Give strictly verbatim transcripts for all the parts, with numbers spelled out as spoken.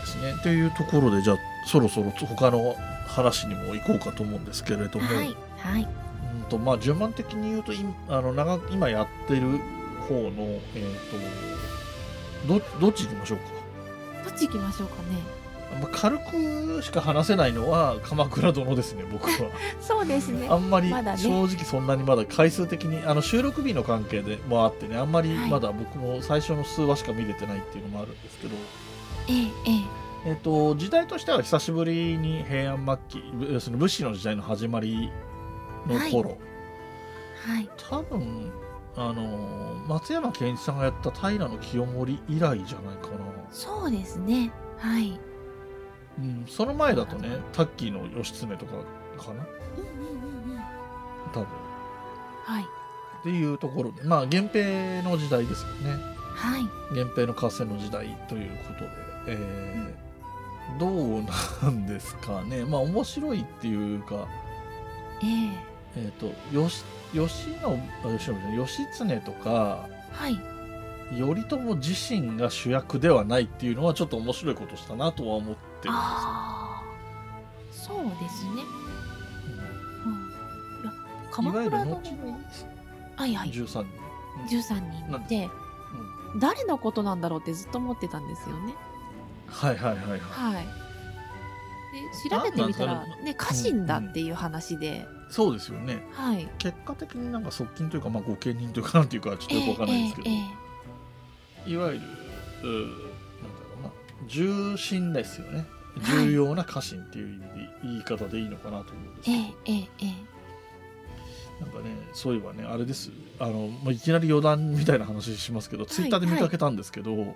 ですね。というところでじゃあそろそろ他の話にも行こうかと思うんですけれども、 はいはい。 うんとまあ順番的に言うといあの長今やってる方の、えー、と ど, どっち行きましょうか。 どっち行きましょうかね。 まあ、軽くしか話せないのは鎌倉殿ですね、僕は。 そうですね。 あんまりまだね正直そんなにまだ回数的にあの収録日の関係でもあってね、あんまりはいまだ僕も最初の数話しか見れてないっていうのもあるんですけど、 ええええ。 えっと時代としては久しぶりに平安末期、要するに武士の時代の始まりの頃、 はい。 多分あの松山ケンイチさんがやった平清盛以来じゃないかな。 そうですね。はい。 うん、その前だとねタッキーの義経とかかな、 うんうんうんうん。 多分はいっていうところで、まあ源平の時代ですよね。 はい。 源平の合戦の時代ということで、えー、どうなんですかね。まあ面白いっていうか、 ええ。 えっ、と義義の義信じゃない義経とかはい。 頼朝自身が主役ではないっていうのはちょっと面白いことしたなとは思ってるんですよ。 ああ、そうですね。うん。いや、鎌いわゆる倉殿後にの、はいはい。 じゅうさんにん、 じゅうさんにんなんで、 うん、 誰のことなんだろうってずっと思ってたんですよね。 はいはいはいはい。 はい。で、調べてみたら、 なんなんですかね、家臣だっていう話で、 そうですよね。 はい。 結果的になんか側近というか、まあ、御家人というかなんていうかちょっとよくわかんないんですけど、 えええいわゆるうーなんだろうな重臣ですよね。 はい重要な家臣っていう意味で言い方でいいのかなと思うんですえけど、 ええええなんかねそういえばねあれですあの、まあ、いきなり余談みたいな話しますけど、ツイッターで見かけたんですけど、 はい。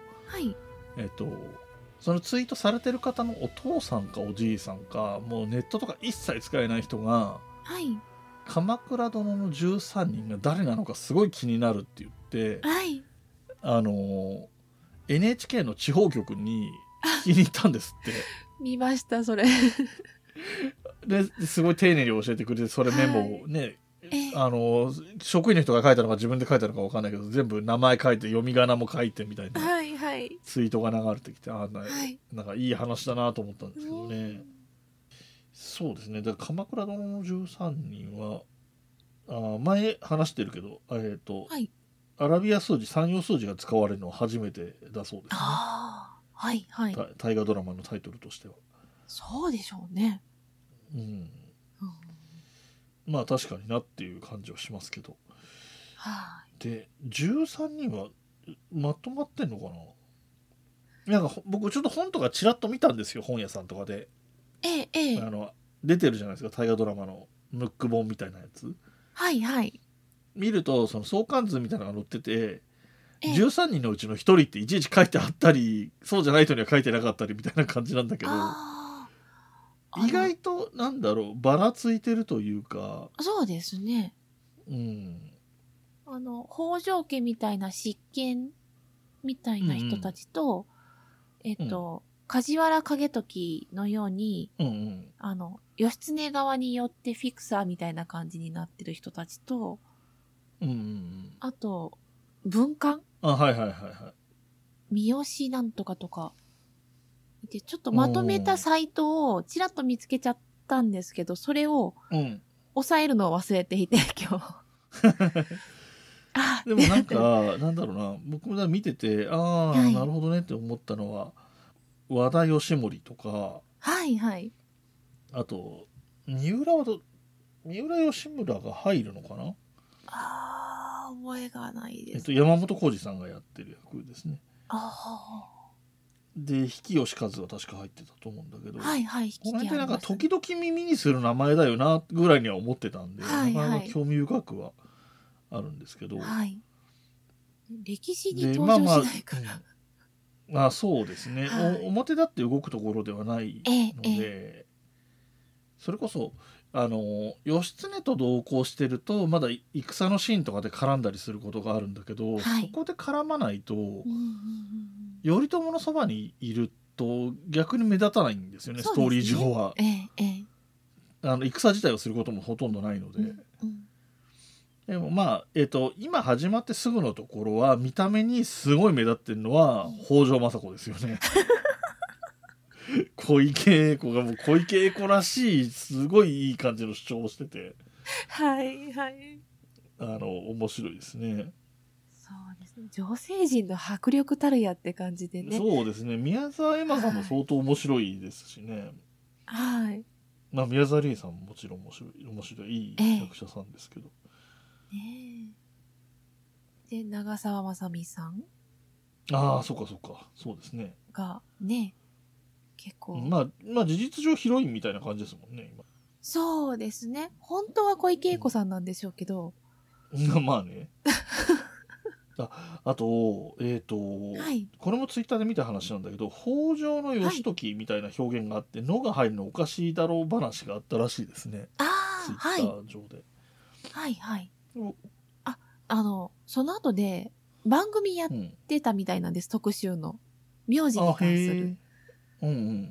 えっとそのツイートされてる方のお父さんかおじいさんかもうネットとか一切使えない人がはい。 鎌倉殿のじゅうさんにんが誰なのかすごい気になるって言ってはい。 あの エヌエイチケー の地方局に聞きに行ったんですって見ました、それ。 ですごい丁寧に教えてくれて、それメモをね、 ええあの職員の人が書いたのか自分で書いたのか分かんないけど全部名前書いて読み仮名も書いてみたいなはいはい。 ツイートが流れてきて、あんな、 はい。 なんかいい話だなと思ったんですけどうね。 んそうですね。だから鎌倉殿のじゅうさんにんはあ前話してるけど、えっ、とはい。 アラビア数字三葉数字が使われるのは初めてだそうですね。 ああ、はいはい。 た大河ドラマのタイトルとしては。 そうでしょうね。 うん。 うんまあ確かになっていう感じはしますけど。 はでじゅうさんにんはまとまってんのかな。なんかほ僕ちょっと本とかちらっと見たんですよ、本屋さんとかで。 い。ええええ。 あの出てるじゃないですか、大河ドラマのムック本みたいなやつはいはい。 見ると、その相関図みたいなのが載っててええ。 じゅうさんにんのうちのひとりっていちいち書いてあったり、そうじゃない人には書いてなかったりみたいな感じなんだけど、 ああ。あの意外となんだろうばらついてるというか、 そうですね。 うんあの、北条家みたいな執権みたいな人たちと、えっと、梶原景時のように、 うんうんあの、義経側によってフィクサーみたいな感じになってる人たちと、 うんうんうん、 あと、文官あはいはいはいはい三好なんとかとか、で、ちょっとまとめたサイトをちらっと見つけちゃったんですけど、それをうん押さえるのを忘れていて、今日。あでもなんかなんだろうな、僕も見ててああ、 はいなるほどねって思ったのは和田義盛とか、 はいはい。 あと三浦はど三浦義村が入るのかな。 あー、覚えがないです。 えっと、山本浩二さんがやってる役ですね。 あで引吉和は確か入ってたと思うんだけど、 ー、はいはい。 この辺ってなんか聞きあります時々耳にする名前だよなぐらいには思ってたんで、 はいはいなかなか興味深くはあるんですけど、 はい。歴史にで登場まあまあ、 しないから。 うんあそうですね、 はいお表立って動くところではないええので、それこそあの義経と同行してるとまだ戦のシーンとかで絡んだりすることがあるんだけど、 はいそこで絡まないと、 うんうんうん頼朝のそばにいると逆に目立たないんですよね、 そうストーリーですね上は。 ええええあの戦自体をすることもほとんどないので、 うんうんでもまあ、えー、と今始まってすぐのところは見た目にすごい目立ってるのは北条政子ですよね。 小池栄子がもう小池栄子らしいすごいいい感じの主張をしてて、 はいはい。 あの面白いですね。 そうですね。女性陣の迫力たるやって感じでね。 そうですね。宮沢エマさんも相当面白いですしね。 はい。 まあ宮沢りえさんももちろん面白い面白いいい役者さんですけど。 ねえ。で長澤まさみさんああ、そうかそうか、そうですね。 がね、結構。 まあまあ事実上ヒロインみたいな感じですもんね今。 そうですね。本当は小池栄子さんなんでしょうけど。 うん、まあね。あ, あと、えっ、ー、と、 はい、 これもツイッターで見た話なんだけど、北条の義時みたいな表現があって、の、はい、が入るのおかしいだろう話があったらしいですね。 あツイッあ、はい。 ター上で。 はいはい。あ、あの、その後で番組やってたみたいなんです、うん、特集の。名字に関する。 うんうん。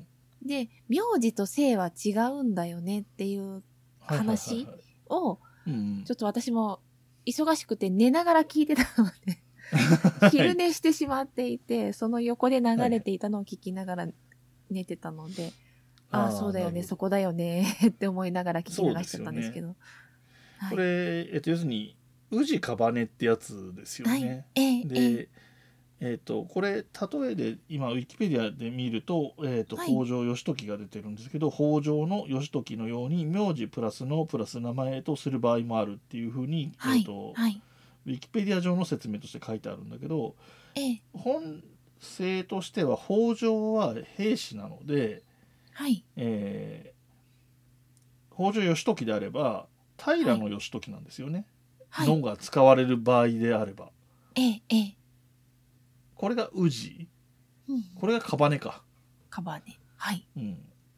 で、名字と姓は違うんだよねっていう話を、ちょっと私も忙しくて寝ながら聞いてたので、昼寝してしまっていて、その横で流れていたのを聞きながら寝てたので、はい、ああ、そうだよね、そこだよねって思いながら聞き流しちゃったんですけど。 ね、はい、これ、えっと、要するに、宇治かばねってやつですよね。はい、えー、で、えーえー、とこれ例えで今ウィキペディアで見ると、えー、と北条義時が出てるんですけど、はい、北条の義時のように名字プラスのプラス名前とする場合もあるっていうふうに、はい、えーとはい、ウィキペディア上の説明として書いてあるんだけど、ええ、本性としては北条は兵士なので、はいえー、北条義時であれば平義時なんですよね、はい、のが使われる場合であれば、ええええ、これが宇治、うん、これがカバネか。 カバネ。はい。 うん、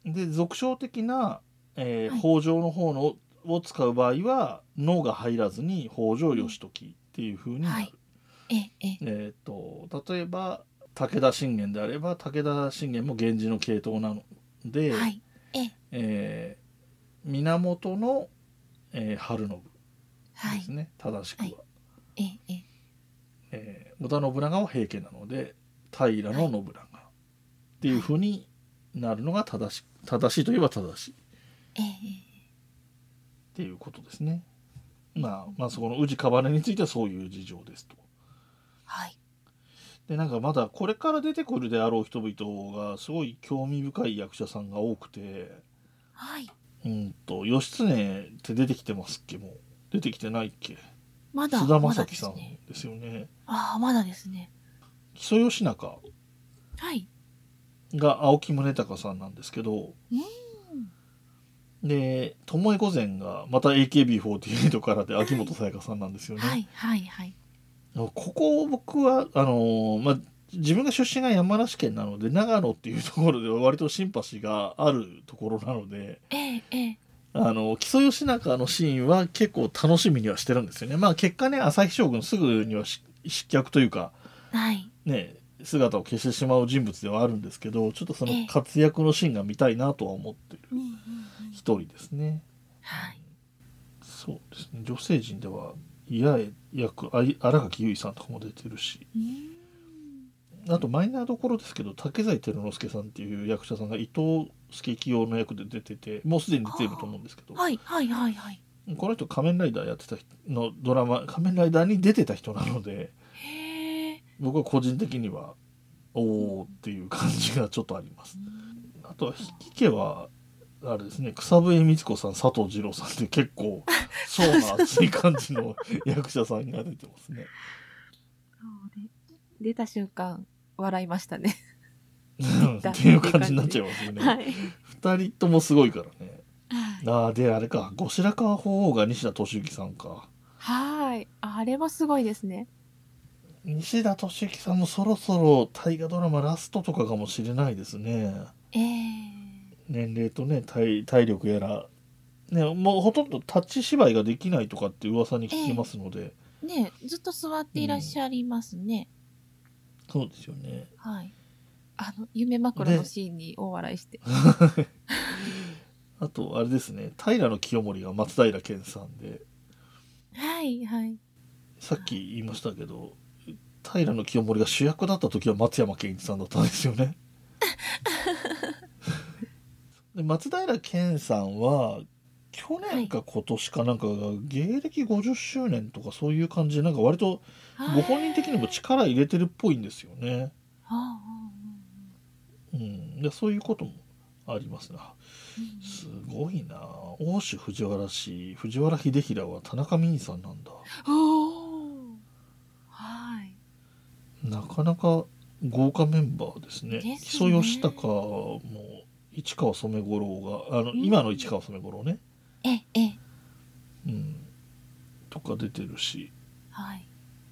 で俗称的な、えーはい、北条の方のを使う場合は「の」が入らずに北条義時っていう風になる。はい、えええー、と例えば武田信玄であれば武田信玄も源氏の系統なので、はいええー、源の、えー、晴信ですね、はい、正しくは。はいえええー、織田信長は平家なので平信長っていう風になるのが正しい、正しいといえば正しい、えー、っていうことですね。まあ、まあそこの宇治かばねについてはそういう事情ですと。はい。でなんかまだこれから出てくるであろう人々がすごい興味深い役者さんが多くて、はい。うんと義経って出てきてますっけ？もう出てきてないっけ？まだ菅田将暉さんですよね。 ああまだですね。 木曽義仲はいが青木宗隆さんなんですけど、うん、で巴御前がまた エーケービーフォーティーエイト からで秋元才加さんなんですよね。はいはいはい。ここ僕はあのー、まあ自分が出身が山梨県なので長野っていうところでは割とシンパシーがあるところなので、ええ、あの木曽義仲のシーンは結構楽しみにはしてるんですよね。まあ結果ね旭将軍すぐには失脚というか、はい、ね姿を消してしまう人物ではあるんですけど、ちょっとその活躍のシーンが見たいなとは思ってる一人ですね。はい、そうですね。女性陣では八重役新垣結衣さんとかも出てるし、あとマイナーどころですけど竹財輝之助さんっていう役者さんが伊藤助清の役で出てて、もうすでに出ていると思うんですけど、はいはいはいはい、この人仮面ライダーやってた人のドラマ仮面ライダーに出てた人なので、へ僕は個人的にはおーっていう感じがちょっとあります。あとは引家はあれですね、草笛光子さん佐藤二郎さんって結構層が厚い感じの役者さんが出てますね。 出た瞬間笑いましたねっていう感じになっちゃいますよね。はい、ふたりともすごいからね。あであれか後白河法皇が西田敏行さんか。 はいあれもすごいですね。 西田敏行さんもそろそろ大河ドラマラストとかかもしれないですね。えー、年齢とね 体, 体力やら、ね、もうほとんどタッチ芝居ができないとかって噂に聞きますので、 えー、ねずっと座っていらっしゃいますね。 うん、そうですよね。 はいあの夢枕のシーンに大笑いしてあとあれですね、平清盛が松平健さんで、 はいはいさっき言いましたけど平清盛が主役だった時は松山ケンイチさんだったんですよねで松平健さんは去年か今年かなんかが芸歴ごじゅっしゅうねんとかそういう感じでなんか割とご本人的にも力入れてるっぽいんですよね。うん、でそういうこともありますな。すごいな。欧州藤原氏藤原秀衡は田中泯さんなんだ。 はい。 なかなか豪華メンバーですね。木曽義孝も市川染五郎があの、うん、今の市川染五郎ね。 ええ。 うん。とか出てるし。 はい。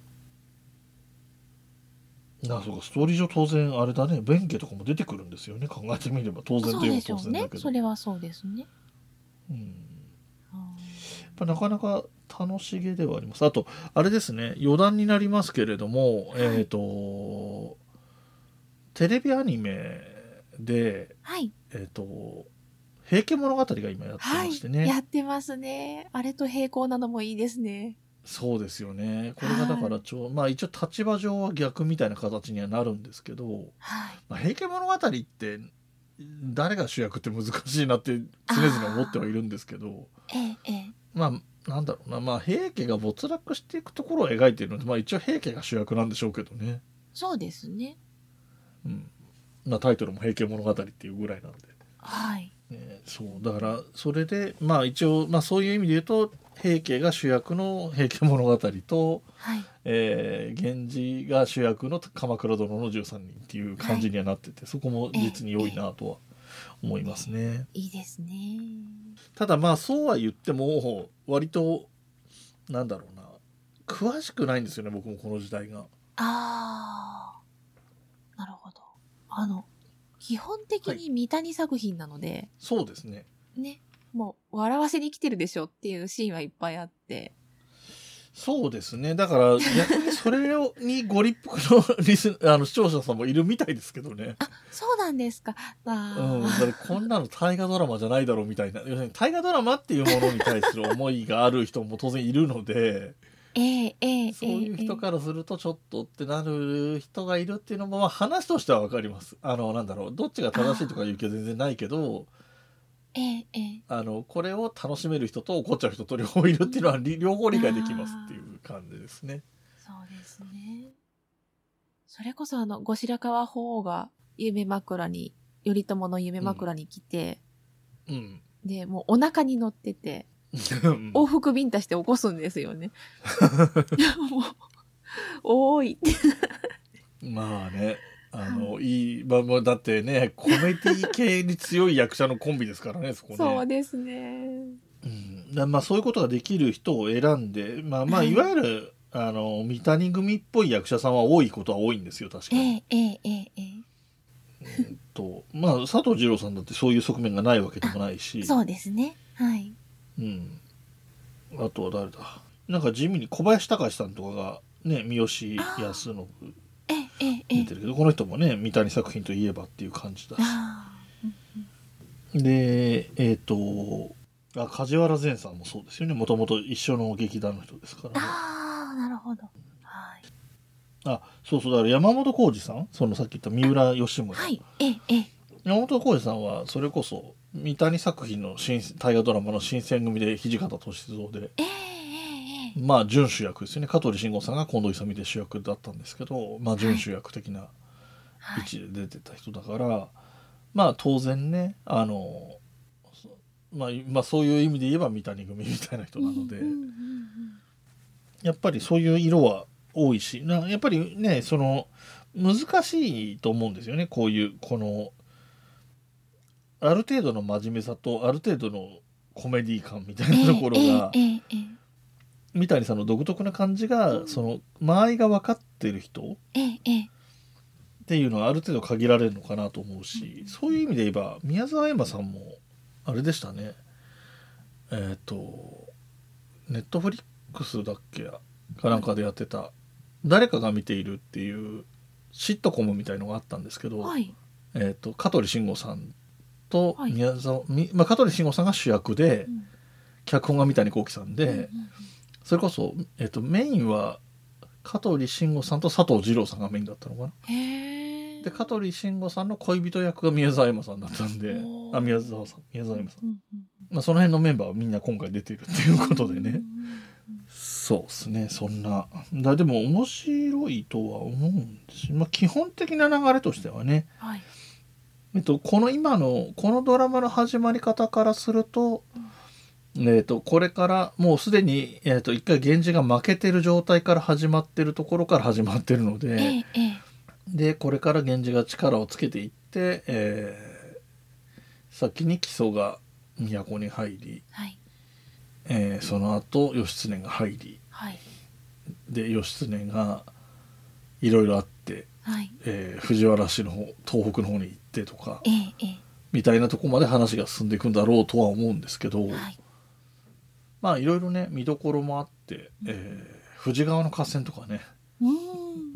あ、そうか、ストーリー上当然あれだね、弁慶とかも出てくるんですよね。考えてみれば当然といえば当然だけど。そうでしょうね。 それはそうですね。 うん。やっぱなかなか楽しげではあります。あとあれですね、余談になりますけれども、はい、えっとテレビアニメで、 はい、 えっと平家物語が今やってましてね、 はい、やってますね。あれと並行なのもいいですね。 そうですよね。これがだからちょ、はい、まあ一応立場上は逆みたいな形にはなるんですけど、 はい、 まあ、平家物語って誰が主役って難しいなって常々思ってはいるんですけど、 ええ、 まあなんだろうな、まあ平家が没落していくところを描いているので、まあ一応平家が主役なんでしょうけどね。 そうですね。 うん。まあタイトルも平家物語っていうぐらいなんで。 はい。 ね、そうだからそれでまあ一応まあそういう意味で言うと平家が主役の平家物語と、 はい、 えー、源氏が主役の鎌倉殿のじゅうさんにんっていう感じにはなってて、はい、そこも実に良いなとは思いますね。 ええ、いいですね。 ただまあそうは言っても割となんだろうな、詳しくないんですよね、僕もこの時代が。 ああ、なるほど。あの基本的に三谷作品なので、はい、 そうですね。 ね、もう笑わせに来てるでしょっていうシーンはいっぱいあって。 そうですね。だから逆にそれにご立腹のリスあの視聴者さんもいるみたいですけどね。 あ、そうなんですか。あ、 うん、だからこんなの大河ドラマじゃないだろうみたいな、要するに大河ドラマっていうものに対する思いがある人も当然いるので。 ええええ、 そういう人からするとちょっとってなる人がいるっていうのもまあ話としては分かります。あのなんだろう、どっちが正しいとかいう気は全然ないけど、 ええええ、 あのこれを楽しめる人と怒っちゃう人と両方いるっていうのは、うん、両方理解できますっていう感じですね。 そうですね。それこそあの後白河法皇が夢枕に頼朝の夢枕に来て、 うんうん、 でもうお腹に乗ってて往復ビンタして起こすんですよね。もう多いまあね、あのいい、まあ、だってねコメディ系に強い役者のコンビですからね、そこね。 そうですね。 うん、だまあそういうことができる人を選んで、まあまあいわゆる、はい、あの三谷組っぽい役者さんは多いことは多いんですよ、確かに。 ええええええ。 うんとまあ佐藤二朗さんだってそういう側面がないわけでもないし。 そうですね。はい。 うん。あとは誰だ。なんか地味に小林隆さんとかがね、三好康信出てるけど、この人もね三谷作品といえばっていう感じだし。でえっ、ー、とあ梶原善さんもそうですよね。もともと一緒の劇団の人ですからね。 ああ、なるほど。はい。 あ、そうそう、だから山本浩二さん、そのさっき言った三浦義村、 はい、ええ、 山本浩二さんはそれこそ三谷作品の新大河ドラマの新選組で土方歳三で、 ええ、 まあ準主役ですよね。香取慎吾さんが近藤勇で主役だったんですけど、まあ準主役的な位置で出てた人だから、はい、まあ当然ね、あのまあ、まあそういう意味で言えば三谷組みたいな人なので、うんうんうんうん、やっぱりそういう色は多いしな、やっぱりねその難しいと思うんですよね、こういうこのある程度の真面目さとある程度のコメディ感みたいなところが、えーえーえー、三谷さんの独特な感じが、うん、その間合いが分かってる人、えーえー、っていうのはある程度限られるのかなと思うし、うん、そういう意味で言えば宮沢エマさんもあれでしたね、えっとネットフリックスだっけかなんかでやってた誰かが見ているっていうシットコムみたいのがあったんですけど、はい、えー、と香取慎吾さんと宮沢、はいまあ、香取慎吾さんが主役で、うん、脚本が三谷幸喜さんで、うんうんうん、それこそ、えー、とメインは香取慎吾さんと佐藤二朗さんがメインだったのかな。へで香取慎吾さんの恋人役が宮沢エマさんだったんであ宮沢さん宮沢さん、うんうんまあ、その辺のメンバーはみんな今回出てるっていうことでね、うんうんうん、そうですねそんなだでも面白いとは思うんです、まあ、基本的な流れとしてはね、はいえっと、この今のこのドラマの始まり方からすると、うんえっと、これからもうすでに、えっと、一回源氏が負けてる状態から始まってるところから始まってるので、ええ、でこれから源氏が力をつけていって、えー、先に木曽が都に入り、はいえー、その後義経が入り、はい、で義経がいろいろあって、はいえー、藤原氏の方東北の方に行ってとか、ええ、みたいなところまで話が進んでいくんだろうとは思うんですけど、はい、まあいろいろね見どころもあって、えー、富士川の合戦とかね、うん、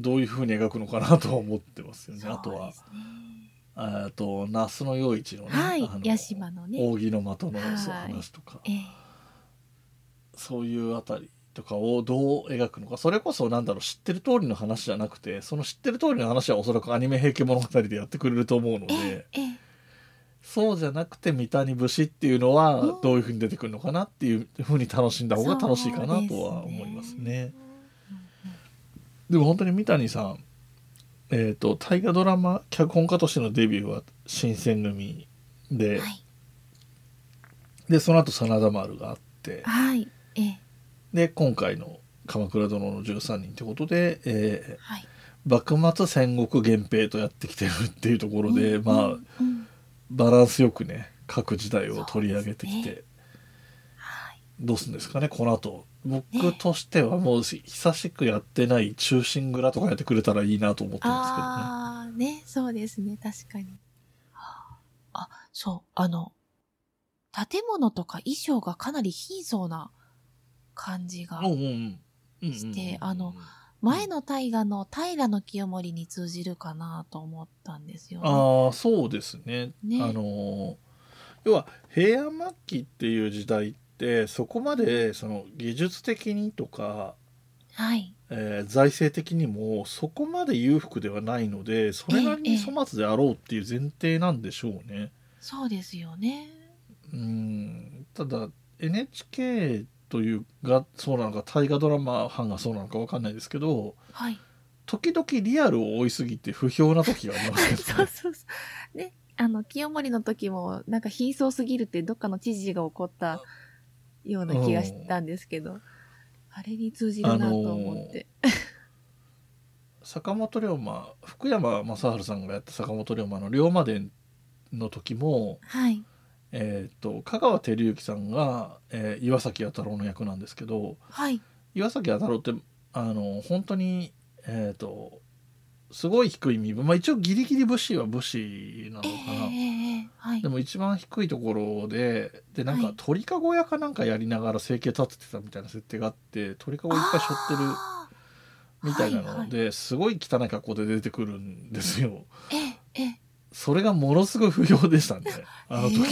どういう風に描くのかなとは思ってますよね。あとはあと那須の与一のね、はい、あの屋島のね扇の的の話とか、はいえー、そういうあたりとかをどう描くのか、それこそなんだろう知ってる通りの話じゃなくて、その知ってる通りの話はおそらくアニメ平家物語でやってくれると思うので、ええ、そうじゃなくて三谷節っていうのはどういう風に出てくるのかなっていう風に楽しんだ方が楽しいかなとは思いますね。でも本当に三谷さん、えーと、大河ドラマ脚本家としてのデビューは新選組で、はい、でその後真田丸があって、はいえで今回の鎌倉殿のじゅうさんにんということで、えーはい、幕末戦国源平とやってきてるっていうところで、うんまあ、うん、バランスよくね各時代を取り上げてきて、ねはい、どうするんですかねこの後僕としてはもう久しくやってない忠臣蔵とかやってくれたらいいなと思ってますけどね。 ああねそうですね確かに。あそうあの建物とか衣装がかなり貧相な感じがしてあの前の大河の平清盛に通じるかなと思ったんですよね。 ああそうですね。ねあの要は平安末期っていう時代ってそこまでその技術的にとか、はいえー、財政的にもそこまで裕福ではないのでそれなりに粗末であろうっていう前提なんでしょうね。ええ、 そうですよね。 うんただ エヌエイチケー というがそうなのか大河ドラマ班がそうなのか分かんないですけど、はい、時々リアルを追いすぎて不評な時がありますけどね。 そうそうそうねあの清盛の時もなんか貧相すぎるってどっかの知事が怒ったような気がしたんですけど、うん、あれに通じるなと思って、あのー、 坂本龍馬福山雅治さんがやった坂本龍馬の龍馬伝の時も、はいえー、と香川照之さんが、えー、岩崎弥太郎の役なんですけど、はい、岩崎弥太郎ってあの本当に、えー、とすごい低い身分、まあ、一応ギリギリ武士は武士なのかな、えーはい、でも一番低いところででなんか鳥かご屋かなんかやりながら生計立ててたみたいな設定があって鳥かごいっぱい背負ってるみたいなので、はいはい、すごい汚い格好で出てくるんですよ。ええそれがものすごい不評でしたねあの時も。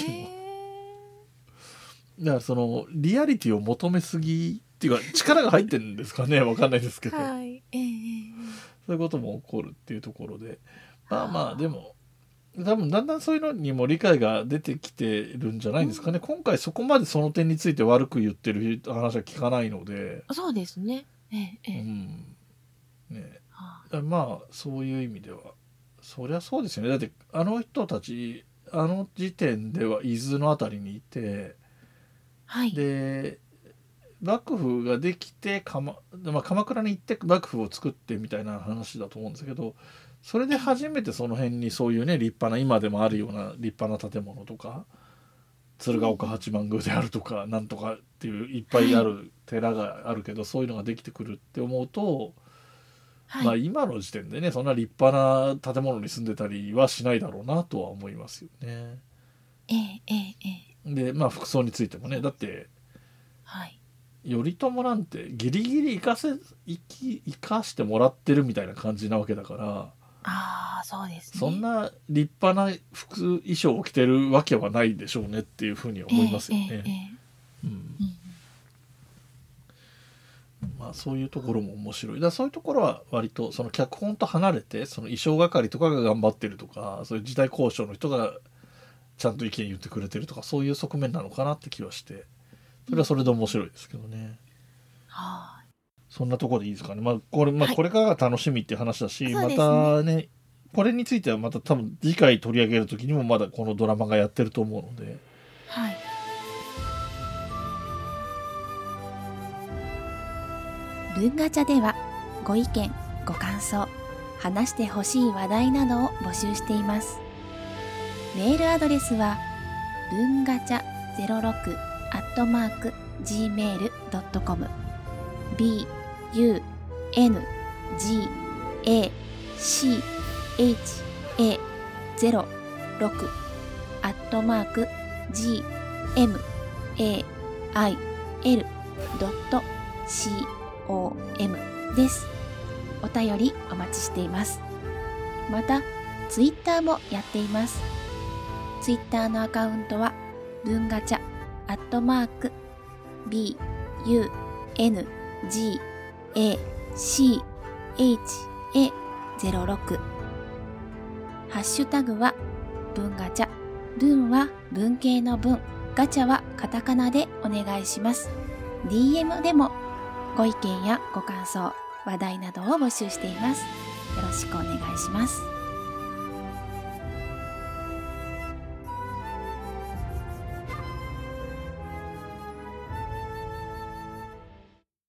だからそのリアリティを求めすぎっていうか力が入ってるんですかねわかんないですけど、はいえー、そういうことも起こるっていうところでまあまあでも多分だんだんそういうのにも理解が出てきてるんじゃないんですかね、うん、今回そこまでその点について悪く言ってる話は聞かないので。 そうですねええー、 うんねまあそういう意味ではそりゃそうですよね。だってあの人たちあの時点では伊豆の辺りにいて、はい、で幕府ができて鎌、まあ、鎌倉に行って幕府を作ってみたいな話だと思うんですけどそれで初めてその辺にそういうね立派な今でもあるような立派な建物とか鶴岡八幡宮であるとかなんとかっていういっぱいある寺があるけど、はい、そういうのができてくるって思うとはい、まあ今の時点でねそんな立派な建物に住んでたりはしないだろうなとは思いますよね。ええええでまあ服装についてもねだって、はい、頼朝なんてギリギリ生かせ生き生かしてもらってるみたいな感じなわけだからあそうですねそんな立派な服衣装を着てるわけはないでしょうねっていうふうに思いますよね。ええええうんうんまあ、そういうところも面白い。だからそういうところは割とその脚本と離れてその衣装係とかが頑張ってるとかそういう時代交渉の人がちゃんと意見言ってくれてるとか、そういう側面なのかなって気はして、それはそれで面白いですけどね。 はい。 そんなところでいいですかね。まあこれ、まあ、これからが楽しみっていう話だし、 はい、 またね、これについてはまた多分次回取り上げる時にもまだこのドラマがやってると思うので。 はい。文ガチャではご意見、ご感想、話してほしい話題などを募集しています。メールアドレスは文ガチャゼロろくアットマーク ジーメールドットコム b u n g a c h a ゼロろくアットマーク g m a i l ドット com です。お便りお待ちしています。また、ツイッターもやっています。ツイッターのアカウントは、文ガチャ、アットマーク、b, u, n, g, a, c, h, a, ゼロろく。ハッシュタグは、文ガチャ。文は文系の文、ガチャはカタカナでお願いします。ディーエム でもご意見やご感想、話題などを募集しています。よろしくお願いします。